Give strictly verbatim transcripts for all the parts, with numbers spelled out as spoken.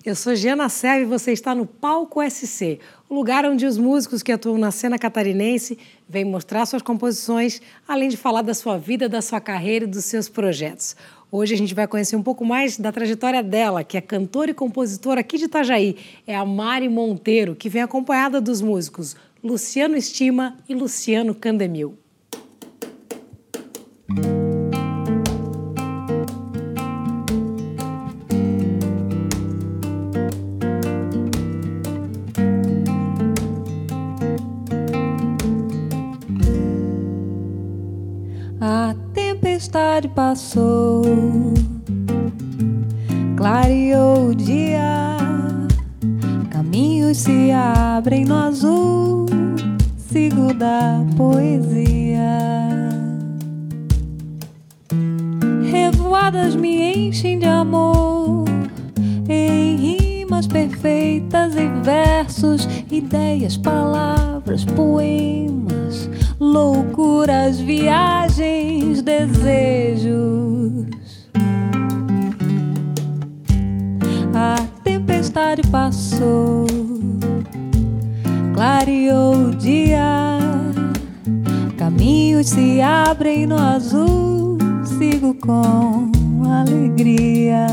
Eu sou Giana Serra e você está no Palco S C, o lugar onde os músicos que atuam na cena catarinense vêm mostrar suas composições, além de falar da sua vida, da sua carreira e dos seus projetos. Hoje a gente vai conhecer um pouco mais da trajetória dela, que é cantora e compositora aqui de Itajaí. É a Mari Monteiro, que vem acompanhada dos músicos Luciano Estima e Luciano Candemil. A tempestade passou, clareou o dia, caminhos se abrem no azul, sigo da poesia. Revoadas me enchem de amor, em rimas perfeitas e versos, ideias, palavras, poemas, loucuras, viagens, desejos. A tempestade passou, clareou o dia, caminhos se abrem no azul, sigo com alegria.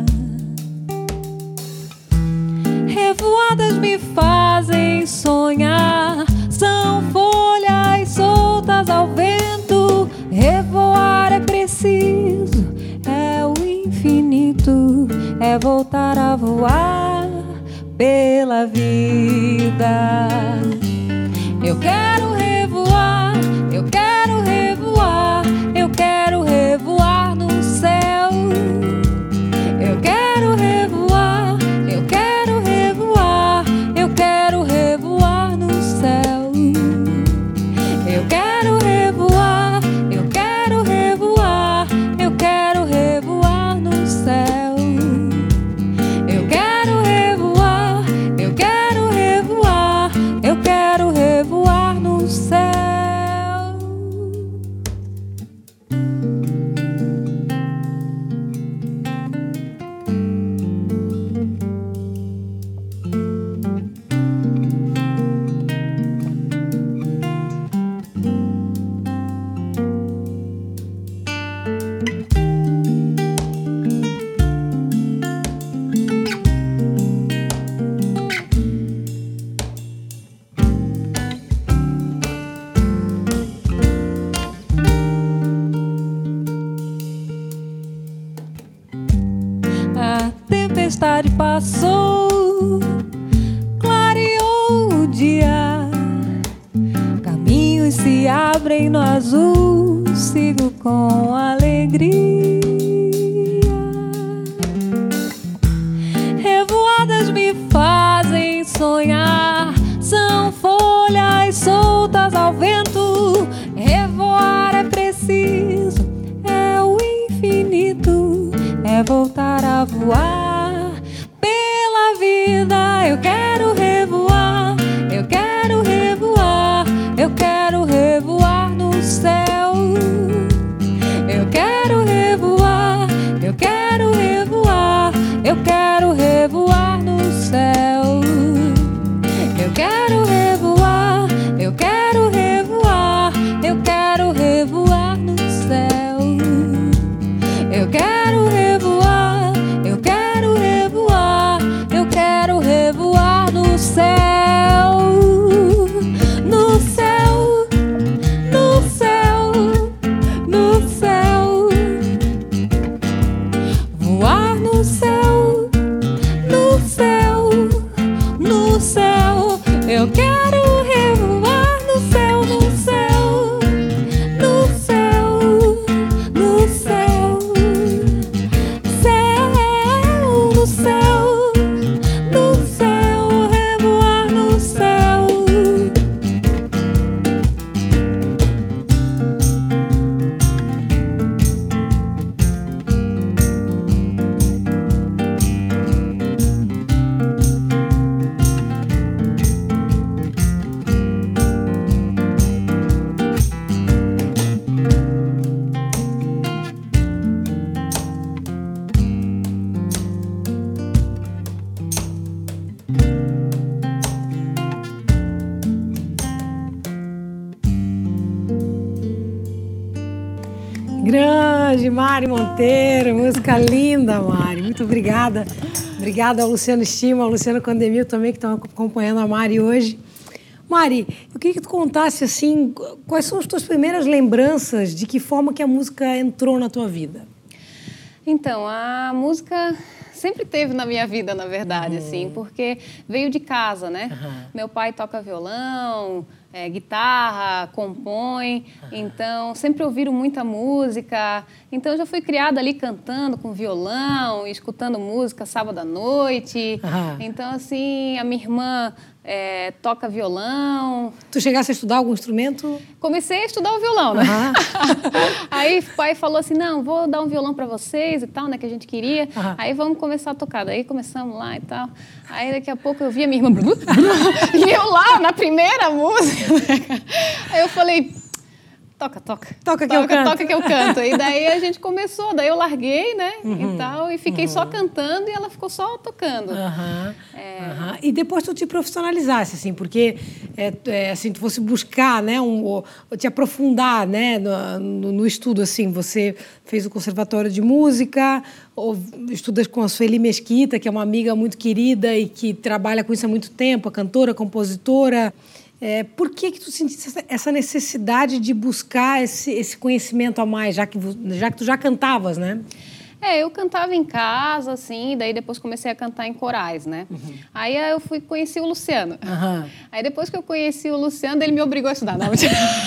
Revoadas me fazem sonhar, são folhas soltas ao vento. Revoar é preciso, é o infinito, é voltar a voar pela vida. Eu quero revoar, eu quero revoar, eu quero revoar no céu. Eu quero revoar, eu quero revoar, eu quero revoar no céu. Eu quero revoar, eu quero revoar, eu quero revoar no céu. Eu quero revoar, eu quero revoar, eu quero revoar no céu. A tempestade passou, clareou o dia, caminhos se abrem no azul, sigo com alegria. Revoadas me fazem sonhar, são folhas soltas ao vento. Revoar é preciso, é o infinito, é voltar a voar pela vida. Eu quero revoar, eu quero revoar, eu quero revoar no céu. Eu quero revoar. Grande Mari Monteiro, música linda, Mari. Muito obrigada. Obrigada ao Luciano Estima, ao Luciano Candemil também, que estão acompanhando a Mari hoje. Mari, eu queria que tu contasse, assim, quais são as tuas primeiras lembranças, de que forma que a música entrou na tua vida? Então, a música sempre teve na minha vida, na verdade, uhum. assim, porque veio de casa, né? Uhum. Meu pai toca violão, é, guitarra, compõe, uhum. então sempre ouviram muita música. Então eu já fui criada ali cantando com violão, escutando música sábado à noite. Uhum. Então, assim, a minha irmã é, toca violão. Tu chegasse a estudar algum instrumento? Comecei a estudar o violão, né? Uhum. Aí o pai falou assim, não, vou dar um violão para vocês e tal, né, que a gente queria. Uhum. Aí vamos começar a tocar. Daí começamos lá e tal. Aí daqui a pouco eu vi a minha irmã e eu lá na primeira música. Aí eu falei, toca, toca. Toca que toca, eu canto. Toca que eu canto. E daí a gente começou, daí eu larguei, né, uhum. e tal, e fiquei uhum. só cantando e ela ficou só tocando. Uhum. É... Uhum. E depois tu te profissionalizasse, assim, porque é, é, assim, tu fosse buscar, né, um, te aprofundar, né, no, no, no estudo, assim, você fez o Conservatório de Música, ou estudas com a Sueli Mesquita, que é uma amiga muito querida e que trabalha com isso há muito tempo, a cantora, a compositora. É, por que que tu sentiste essa necessidade de buscar esse, esse conhecimento a mais, já que, já que tu já cantavas, né? É, eu cantava em casa, assim, daí depois comecei a cantar em corais, né? Uhum. Aí eu fui conheci o Luciano. Uhum. Aí depois que eu conheci o Luciano, ele me obrigou a estudar. Não,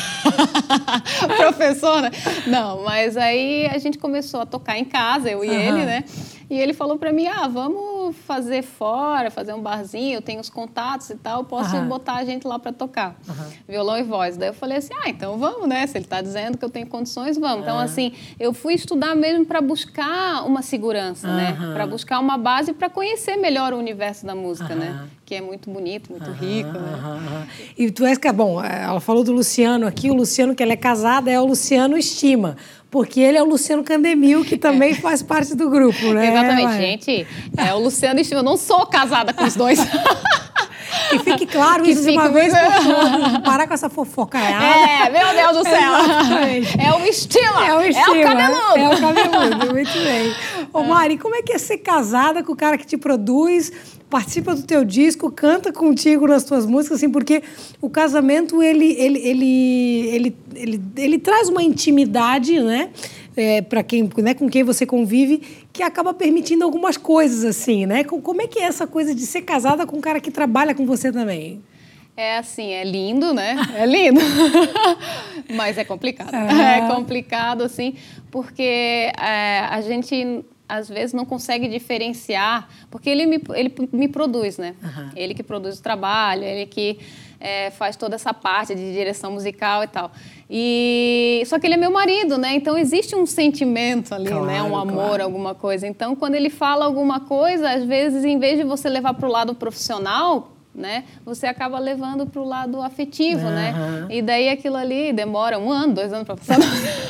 professora? Não, mas aí a gente começou a tocar em casa, eu e uhum. ele, né? E ele falou pra mim, ah, vamos fazer fora, fazer um barzinho, eu tenho os contatos e tal, posso uhum. botar a gente lá pra tocar, uhum. violão e voz. Daí eu falei assim, ah, então vamos, né? Se ele tá dizendo que eu tenho condições, vamos. Uhum. Então, assim, eu fui estudar mesmo pra buscar uma segurança, uhum. né? Pra buscar uma base pra conhecer melhor o universo da música, uhum. né? Que é muito bonito, muito uhum. rico, né? Uhum. E tu és, que bom, ela falou do Luciano aqui, o Luciano que ela é casada é o Luciano Estima. Porque ele é o Luciano Candemil, que também faz parte do grupo, né? Exatamente, é, gente. É o Luciano Estima. Eu não sou casada com os dois. Que fique claro que isso de uma vez por todas. Parar com essa fofocaiada. É, meu Deus do céu. Exatamente. É o Estima. É o Estima. É o cabeludo. É o cabeludo, muito bem. Ô, Mari, como é que é ser casada com o cara que te produz, participa do teu disco, canta contigo nas tuas músicas, assim, porque o casamento, ele, ele, ele, ele, ele, ele traz uma intimidade, né, é, para quem, né, com quem você convive, que acaba permitindo algumas coisas, assim, né? Como é que é essa coisa de ser casada com um cara que trabalha com você também? É assim, é lindo, né? É lindo. Mas é complicado. É, é complicado, assim, porque é, a gente às vezes não consegue diferenciar, porque ele me, ele me produz, né? Uhum. Ele que produz o trabalho, ele que é, faz toda essa parte de direção musical e tal. E, só que ele é meu marido, né? Então existe um sentimento ali, claro, né? Um amor, claro. Alguma coisa. Então, quando ele fala alguma coisa, às vezes, em vez de você levar para o lado profissional, né, você acaba levando para o lado afetivo, uhum. né? E daí aquilo ali demora um ano, dois anos para passar.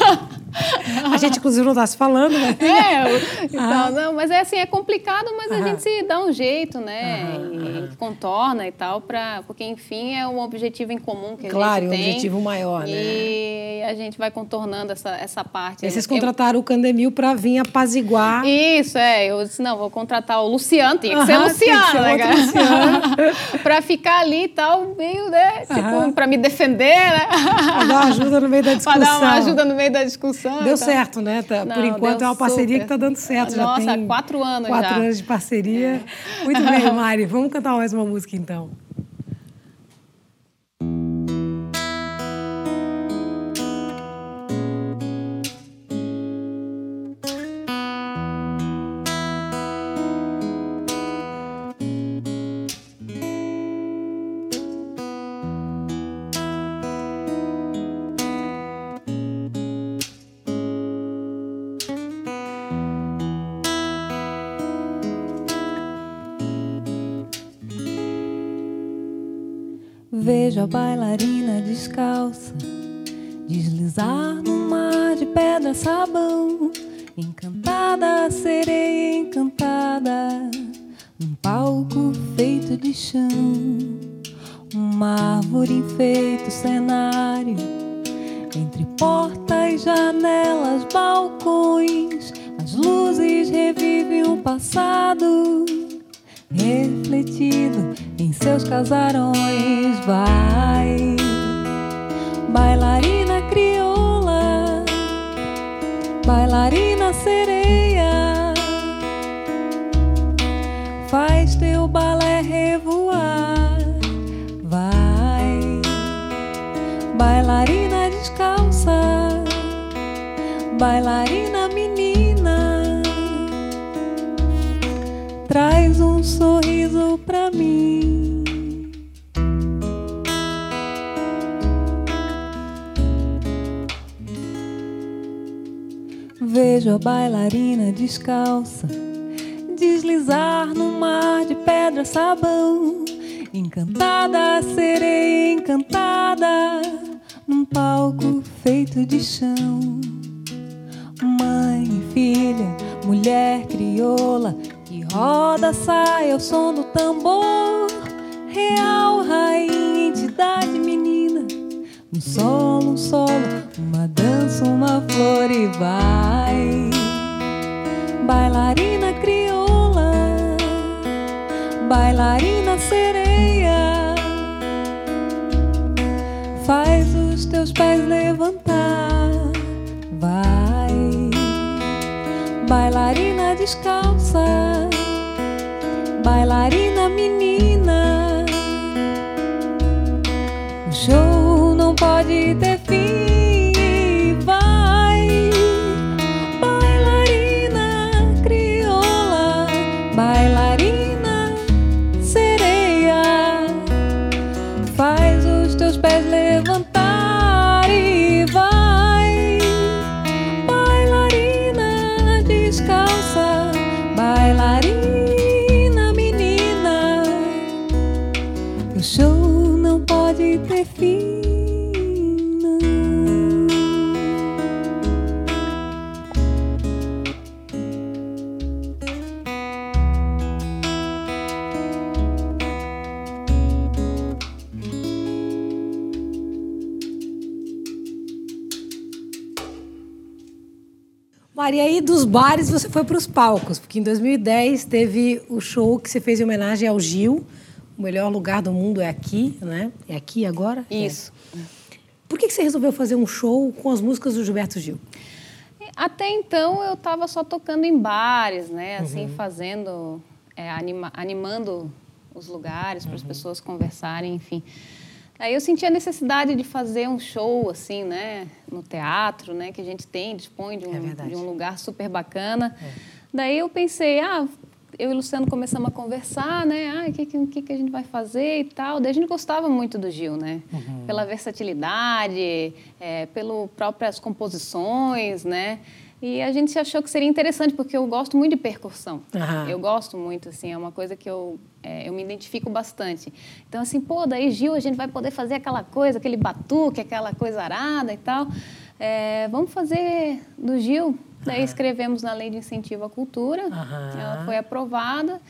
A gente, inclusive, não está se falando, né? É, então, ah. não, mas é assim, é complicado, mas ah. a gente se dá um jeito, né? Ah. E contorna e tal, pra, porque, enfim, é um objetivo em comum que a claro, gente tem. Claro, um objetivo maior, né? E a gente vai contornando essa, essa parte. E vocês contrataram eu... o Candemil para vir apaziguar. Isso, é. Eu disse, não, vou contratar o Luciano, tinha que ser Luciano, né, cara? Luciano. Para ficar ali e tal, meio, né? Tipo, para me defender, né? Para dar uma ajuda no meio da discussão. Para dar uma ajuda no meio da discussão. Deu tá. certo, né? Tá, Não, por enquanto é uma parceria super. Que está dando certo. Nossa, já tem quatro anos quatro já. Quatro anos de parceria. É. Muito bem, Mari. Vamos cantar mais uma música, então. Vejo a bailarina descalça deslizar no mar de pedra sabão, encantada, sereia encantada, num palco feito de chão. Uma árvore enfeita o cenário, entre Entre portas, janelas, balcões, as luzes revivem o passado, refletido em seus casarões. Vai, bailarina crioula, bailarina sereia, faz teu balé revoar. Vai, bailarina descalça, bailarina menina, traz um sorriso pra mim. Vejo a bailarina descalça deslizar no mar de pedra sabão, encantada, sereia encantada, num palco feito de chão. Mãe e filha, mulher crioula, que roda, sai ao som do tambor. Real, rainha, entidade menina, um solo, um solo, uma dança, uma flor. E vai, bailarina crioula, bailarina sereia, faz os teus pés levantar. Vai, bailarina descalça, bailarina menina, o show não pode ter fim. Vai, bailarina crioula, bailarina sereia, faz os teus pés levantar. E vai, bailarina descalça, bailarina menina, o show não pode ter fim. Maria, aí dos bares você foi para os palcos, porque em dois mil e dez teve o show que você fez em homenagem ao Gil, o melhor lugar do mundo é aqui, né? É aqui agora? Isso. É. Por que você resolveu fazer um show com as músicas do Gilberto Gil? Até então eu estava só tocando em bares, né? Assim, Uhum. fazendo, é, anima, animando os lugares para as uhum. pessoas conversarem, enfim. Aí eu senti a necessidade de fazer um show, assim, né, no teatro, né, que a gente tem, dispõe de um, é de um lugar super bacana. É. Daí eu pensei, ah, eu e o Luciano começamos a conversar, né, ah, o que, que, que a gente vai fazer e tal. Daí a gente gostava muito do Gil, né, uhum. pela versatilidade, é, pelas próprias composições, né. E a gente achou que seria interessante, porque eu gosto muito de percussão. Uhum. Eu gosto muito, assim, é uma coisa que eu, é, eu me identifico bastante. Então, assim, pô, daí, Gil, a gente vai poder fazer aquela coisa, aquele batuque, aquela coisa arada e tal. É, vamos fazer do Gil. Daí, uhum. escrevemos na Lei de Incentivo à Cultura. Uhum. Ela foi aprovada.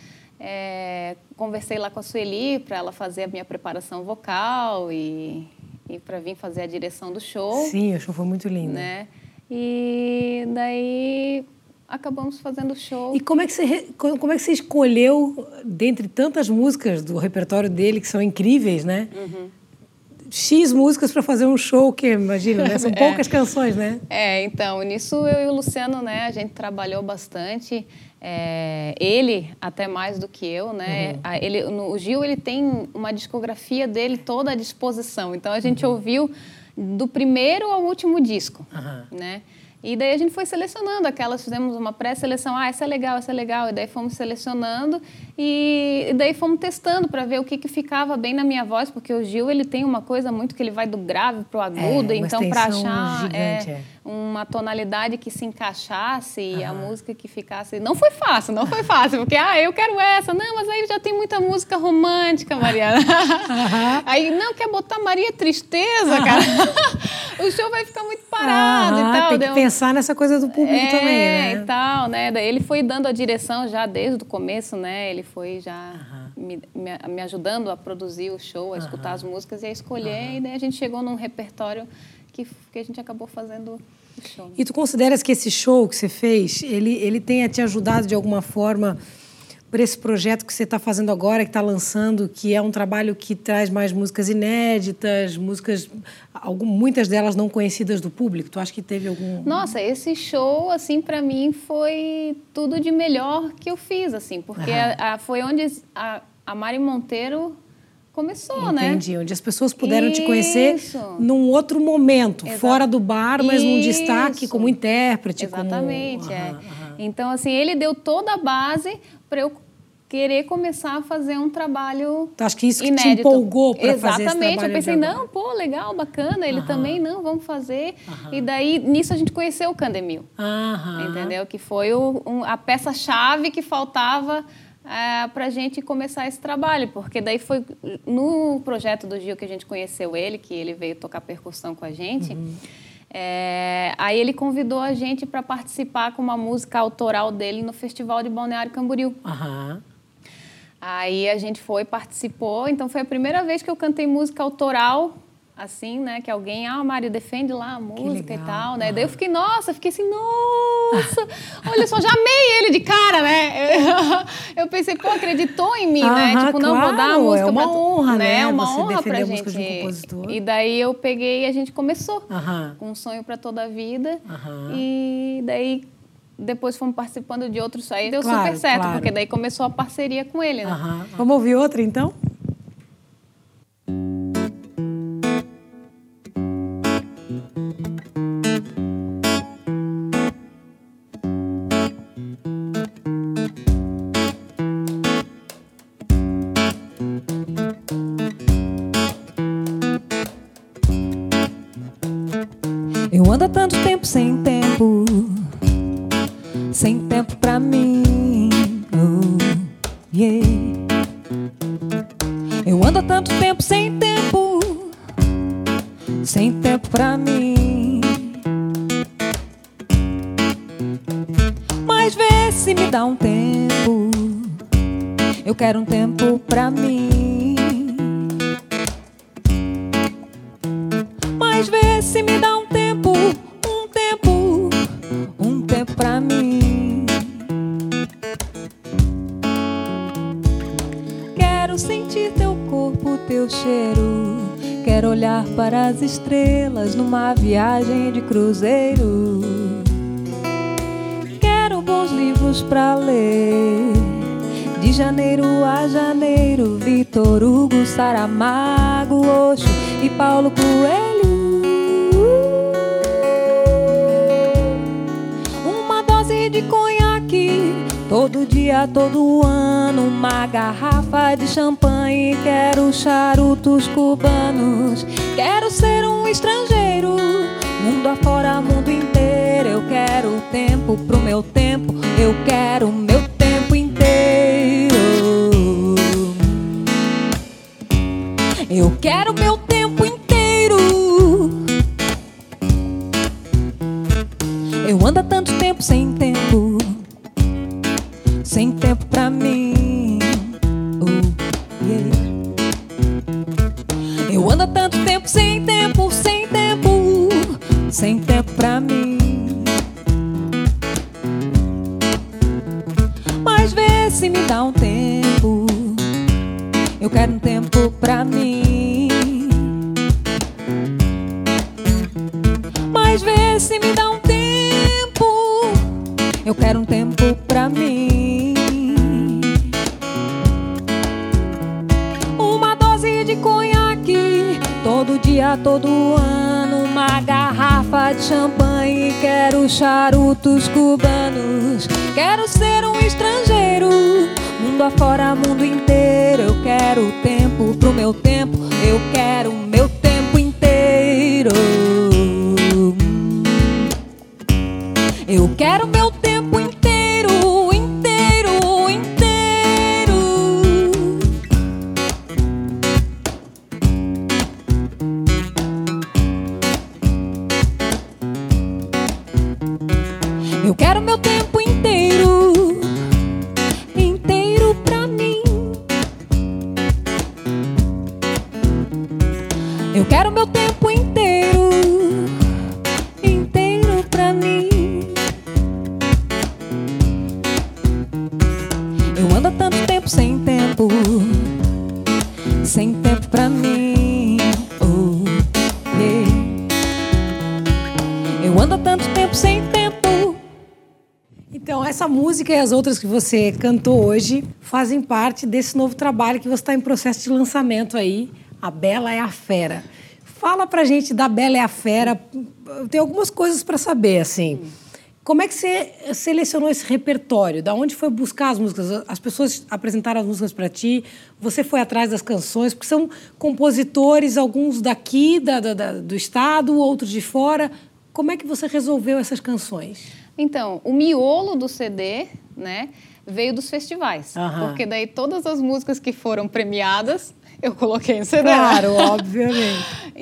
É, conversei lá com a Sueli para ela fazer a minha preparação vocal e, e para vir fazer a direção do show. Sim, o show foi muito lindo. Né? E daí acabamos fazendo show. E como é que você, como é que você escolheu, dentre tantas músicas do repertório dele, que são incríveis, né? Uhum. X músicas para fazer um show que, imagina, né? São poucas é. canções, né? É, então, nisso eu e o Luciano, né, a gente trabalhou bastante. É, ele, até mais do que eu, né? Uhum. Ele, no, o Gil, ele tem uma discografia dele toda à disposição. Então, a gente uhum. ouviu do primeiro ao último disco, uhum. né? E daí a gente foi selecionando aquelas, fizemos uma pré-seleção, ah, essa é legal, essa é legal, e daí fomos selecionando e, e daí fomos testando para ver o que, que ficava bem na minha voz, porque o Gil, ele tem uma coisa muito que ele vai do grave pro agudo, é, então para achar gigante, é, é. uma tonalidade que se encaixasse e uhum. a música que ficasse... Não foi fácil, não foi fácil, porque, ah, eu quero essa, não, mas aí já tem muita música romântica, Mariana. Uhum. Aí, não, quer botar Maria Tristeza, uhum. cara? O show vai ficar muito parado uhum, e tal. Tem que deu... pensar nessa coisa do público é, também, né? e tal, né? Daí ele foi dando a direção já desde o começo, né? Ele foi já uhum. me, me, me ajudando a produzir o show, a uhum. escutar as músicas e a escolher. Uhum. E daí a gente chegou num repertório que, que a gente acabou fazendo o show. E tu consideras que esse show que você fez, ele, ele tenha te ajudado de alguma forma por esse projeto que você está fazendo agora, que está lançando, que é um trabalho que traz mais músicas inéditas, músicas, algum, muitas delas não conhecidas do público? Tu acha que teve algum... Nossa, esse show, assim, para mim foi tudo de melhor que eu fiz, assim, porque uhum. a, a, foi onde a, a Mari Monteiro começou, Entendi, né? Entendi, onde as pessoas puderam Isso. te conhecer num outro momento, Exa... fora do bar, mas num Isso. destaque como intérprete. Exatamente, como... é. Uhum, uhum. Então, assim, ele deu toda a base para eu querer começar a fazer um trabalho então, acho que isso que inédito. te empolgou para fazer esse trabalho. Exatamente, eu pensei, não, pô, legal, bacana, ele uhum. também, não, vamos fazer. Uhum. E daí, nisso, a gente conheceu o Candemil, uhum. entendeu? Que foi o, um, a peça-chave que faltava é, para a gente começar esse trabalho, porque daí foi no projeto do Gil que a gente conheceu ele, que ele veio tocar percussão com a gente. Uhum. É, aí ele convidou a gente para participar com uma música autoral dele no Festival de Balneário Camboriú. Uhum. Aí a gente foi, participou, então foi a primeira vez que eu cantei música autoral, assim, né, que alguém, ah, Mário, defende lá a música e tal, né, uhum. daí eu fiquei, nossa, fiquei assim, nossa, olha só, já amei ele de cara, né, eu pensei, pô, acreditou em mim, uhum, né, tipo, não, claro, vou dar a música é uma pra honra, né, né, uma você honra pra gente, de um compositor. E daí eu peguei e a gente começou, uhum. com Um Sonho pra Toda a Vida, uhum. e daí depois fomos participando de outros, aí deu claro, super certo, claro. Porque daí começou a parceria com ele, né. Uhum. Vamos ouvir outra, então? Eu ando há tanto tempo sem tempo, sem tempo pra mim, oh, yeah. Eu ando há tanto tempo sem tempo, sem tempo pra mim. Mas vê se me dá um tempo, eu quero um tempo pra mim. Mas vê se me dá um tempo, um tempo, um tempo pra mim. Quero sentir teu corpo, teu cheiro. Quero olhar para as estrelas numa viagem de cruzeiro. Quero bons livros pra ler, de janeiro a janeiro. Vitor Hugo, Saramago, Osho e Paulo Coelho. De conhaque, todo dia, todo ano, uma garrafa de champanhe. Quero charutos cubanos, quero ser um estrangeiro, mundo afora, mundo inteiro. Eu quero tempo pro meu tempo, eu quero meu tempo inteiro. Eu quero meu tempo inteiro. Eu ando há tanto tempo sem tempo, sem tempo pra mim, oh, yeah. Eu ando há tanto tempo sem tempo, sem tempo, sem tempo pra mim. Mas vê se me dá um tempo, eu quero um tempo pra mim. Mas vê se me dá um tempo, eu quero um tempo pra mim. Uma dose de conhaque, todo dia, todo ano, uma garrafa de champanhe. Quero charutos cubanos, quero ser um estrangeiro, mundo afora, mundo inteiro. Eu quero tempo pro meu tempo, eu quero meu tempo inteiro. Eu quero meu tempo inteiro, inteiro, inteiro. Eu quero meu tempo inteiro, inteiro pra mim. Eu quero meu tempo inteiro, inteiro pra mim. Eu ando há tanto tempo sem tempo, sem tempo pra mim. Oh, yeah. Eu ando há tanto tempo sem tempo. Então, essa música e as outras que você cantou hoje fazem parte desse novo trabalho que você está em processo de lançamento aí, A Bela é a Fera. Fala pra gente da Bela é a Fera. Tem algumas coisas para saber, assim. Como é que você selecionou esse repertório? Da onde foi buscar as músicas? As pessoas apresentaram as músicas para ti, você foi atrás das canções, porque são compositores, alguns daqui, da, da, do estado, outros de fora. Como é que você resolveu essas canções? Então, o miolo do C D, né, veio dos festivais. Aham. Porque daí todas as músicas que foram premiadas, eu coloquei no C D. Claro, obviamente.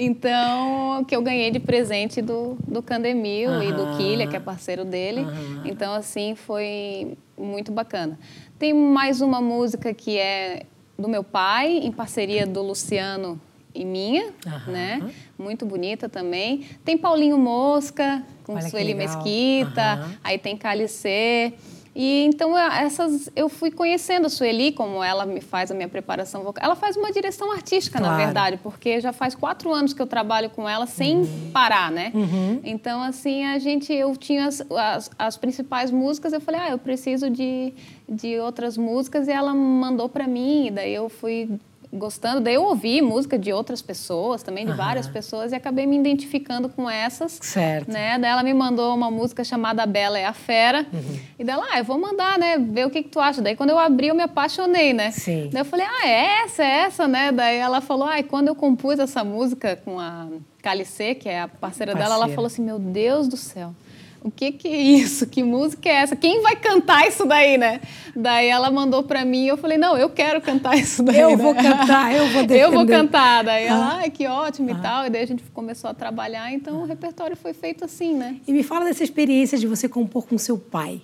Então, que eu ganhei de presente do, do Candemil Aham. e do Quilha, que é parceiro dele. Aham. Então, assim, foi muito bacana. Tem mais uma música que é do meu pai, em parceria do Luciano e minha, Aham. né? Muito bonita também. Tem Paulinho Mosca, com Olha que Sueli legal. Mesquita. Aham. Aí tem Calicê. E então essas eu fui conhecendo a Sueli, como ela me faz a minha preparação vocal. Ela faz uma direção artística, Claro. na verdade, porque já faz quatro anos que eu trabalho com ela sem Uhum. parar, né? Uhum. Então, assim, a gente, eu tinha as, as, as principais músicas, eu falei, ah, eu preciso de, de outras músicas, e ela mandou para mim, e daí eu fui gostando, daí eu ouvi música de outras pessoas, também de Aham. várias pessoas, e acabei me identificando com essas. Certo. Né? Daí ela me mandou uma música chamada A Bela é a Fera, Uhum. e dela, ah, eu vou mandar, né, ver o que, que tu acha. Daí quando eu abri, eu me apaixonei, né? Sim. Daí eu falei, ah, é essa, é essa, né? Daí ela falou, ah, e quando eu compus essa música com a Calicê, que é a parceira, dela, ela Parceira. falou assim, meu Deus do céu, o que que é isso? Que música é essa? Quem vai cantar isso daí, né? Daí ela mandou pra mim e eu falei, não, eu quero cantar isso daí. Eu né? vou cantar, eu vou defender. Eu vou cantar. Daí ela, Ah. ai, que ótimo Ah. e tal. E daí a gente começou a trabalhar, então o repertório foi feito assim, né? E me fala dessa experiência de você compor com seu pai.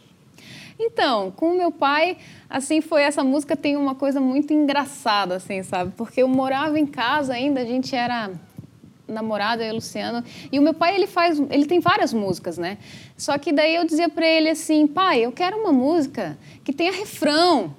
Então, com o meu pai, assim, foi essa música tem uma coisa muito engraçada, assim, sabe? Porque eu morava em casa ainda, a gente era namorada, eu e o Luciano, e o meu pai, ele faz, ele tem várias músicas, né? Só que daí eu dizia pra ele assim, pai, eu quero uma música que tenha refrão.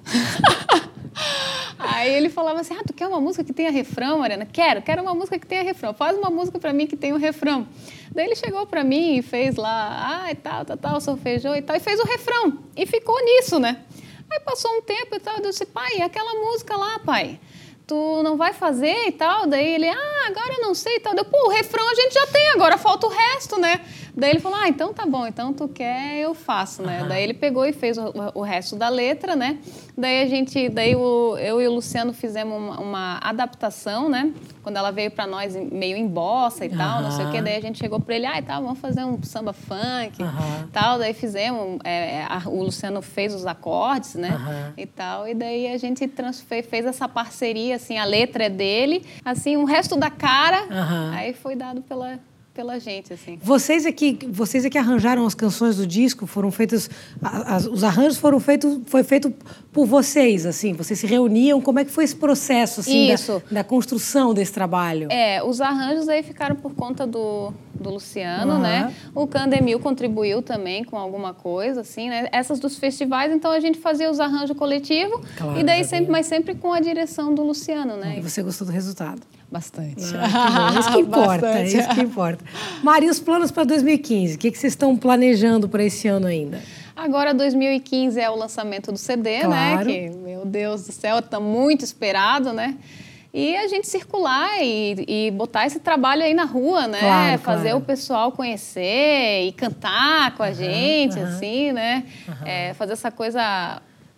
Aí ele falava assim, ah, tu quer uma música que tenha refrão, Mariana? Quero, quero uma música que tenha refrão. Faz uma música pra mim que tenha um refrão. Daí ele chegou pra mim e fez lá, ah, e tal, tal, tal, solfejou e tal, e fez o refrão. E ficou nisso, né? Aí passou um tempo e tal, eu disse, pai, aquela música lá, pai, tu não vai fazer e tal? Daí ele, ah, agora eu não sei e tal. Deu, pô, o refrão a gente já tem, agora falta o resto, né? Daí ele falou, ah, então tá bom, então tu quer, eu faço, né? Uhum. Daí ele pegou e fez o, o resto da letra, né? Daí a gente, daí o, eu e o Luciano fizemos uma, uma adaptação, né? Quando ela veio pra nós meio em bossa e tal, uhum. não sei o quê. Daí a gente chegou pra ele, ah, e tal, vamos fazer um samba funk uhum. tal. Daí fizemos, é, a, o Luciano fez os acordes, né? Uhum. E tal, e daí a gente fez, fez essa parceria, assim, a letra é dele, assim, o resto da cara, uhum. aí foi dado pela... pela gente, assim. Vocês é que, vocês é que arranjaram as canções do disco, foram feitas, as, os arranjos foram feitos, foi feito por vocês, assim, vocês se reuniam, como é que foi esse processo, assim, Isso. Da, da construção desse trabalho? É, os arranjos aí ficaram por conta do, do Luciano, uhum. né? O Candemil contribuiu também com alguma coisa, assim, né? Essas dos festivais, então a gente fazia os arranjos coletivos, claro, e daí sempre, mas sempre com a direção do Luciano, né? E você gostou do resultado? Bastante. Ah, que bom. Isso que importa, é isso que importa. Mari, os planos para dois mil e quinze? O que, que vocês estão planejando para esse ano ainda? Agora, dois mil e quinze é o lançamento do C D, claro. né? Que, meu Deus do céu, está muito esperado, né? E a gente circular e, e botar esse trabalho aí na rua, né? Claro, Fazer claro. o pessoal conhecer e cantar com a uhum, gente, uhum. assim, né? Uhum. É, fazer essa coisa...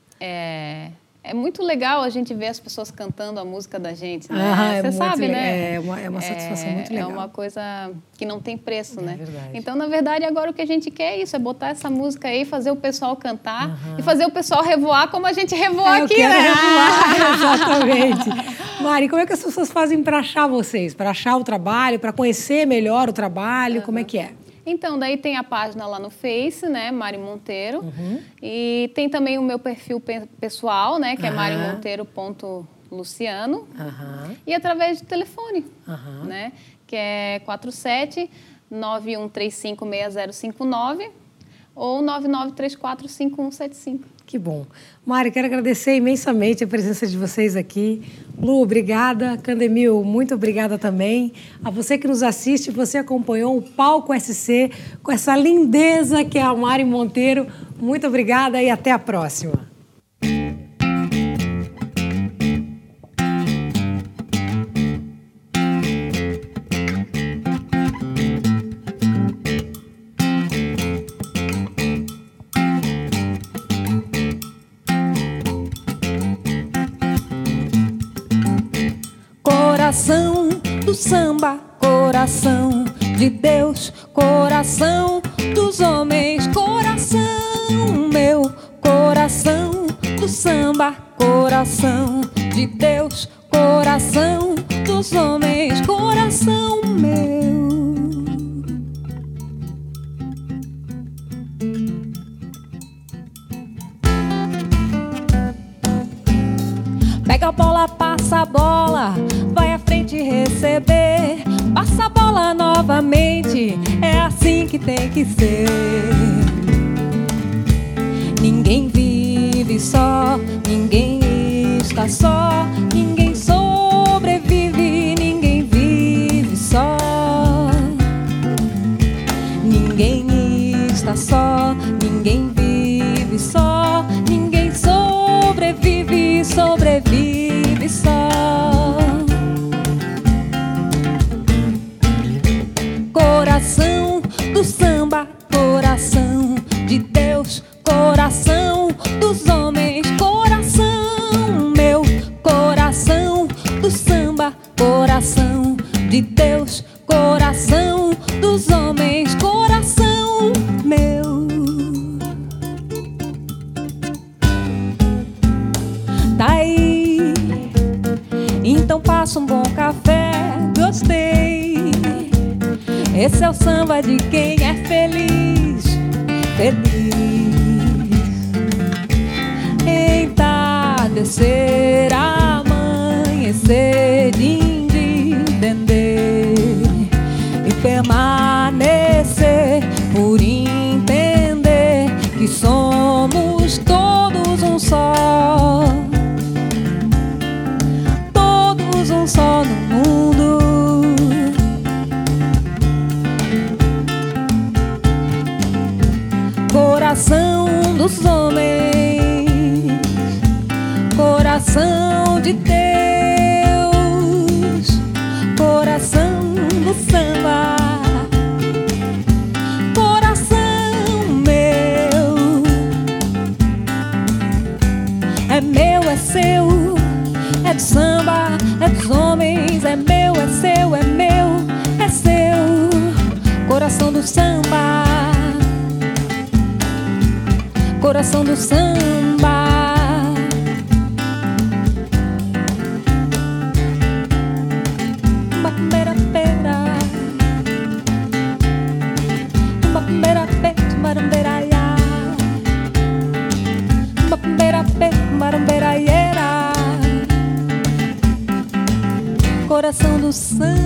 É... É muito legal a gente ver as pessoas cantando a música da gente, né? Ah, Você é sabe, muito, né? É uma, é uma satisfação é, muito legal. É uma coisa que não tem preço, é né? Verdade. Então, na verdade, agora o que a gente quer é isso, é botar essa música aí, fazer o pessoal cantar uhum. e fazer o pessoal revoar como a gente revoa é, aqui, eu quero né? Revoar, exatamente. Mari, como é que as pessoas fazem para achar vocês? Para achar o trabalho, para conhecer melhor o trabalho? Uhum. Como é que é? Então, daí tem a página lá no Face, né, Mari Monteiro, uhum. e tem também o meu perfil pe pessoal, né, que uhum. é marimonteiro ponto Luciano, Uhum. e através de telefone, Uhum. né? Que é quatro sete nove um três cinco seis zero cinco nove ou nove nove três quatro cinco um sete cinco. Que bom. Mari, quero agradecer imensamente a presença de vocês aqui. Lu, obrigada. Candemil, muito obrigada também. A você que nos assiste, você acompanhou o Palco S C com essa lindeza que é a Mari Monteiro. Muito obrigada e até a próxima. Coração do samba, coração de Deus, coração dos homens, coração meu, coração do samba, coração de Deus, coração dos homens, coração meu. Pega a bola, passa a bola, vai à frente receber. Passa a bola novamente, é assim que tem que ser. Ninguém vive só, ninguém está só, ninguém sobrevive, ninguém vive só. Ninguém está só, ninguém vive só, ninguém sobrevive, sobrevive só. Coração do samba, coração de Deus, coração dos homens, coração meu, coração do samba, coração de Deus, coração dos homens, coração meu. Daí, então passa um bom café, gostei. Esse é o samba de quem é feliz, feliz. Entardecer, amanhecer, din-din, dendê, e permanecer por entender que somos todos um só, todos um só no mundo. Coração dos homens, coração de Deus, coração do samba, coração meu, é meu, é seu, é do samba, é dos homens, é meu, é seu, é meu, é seu, coração do samba, coração do samba. Bapera pera, bapera pe, maramberaia, bapera pe, maramberaia. Coração do samba.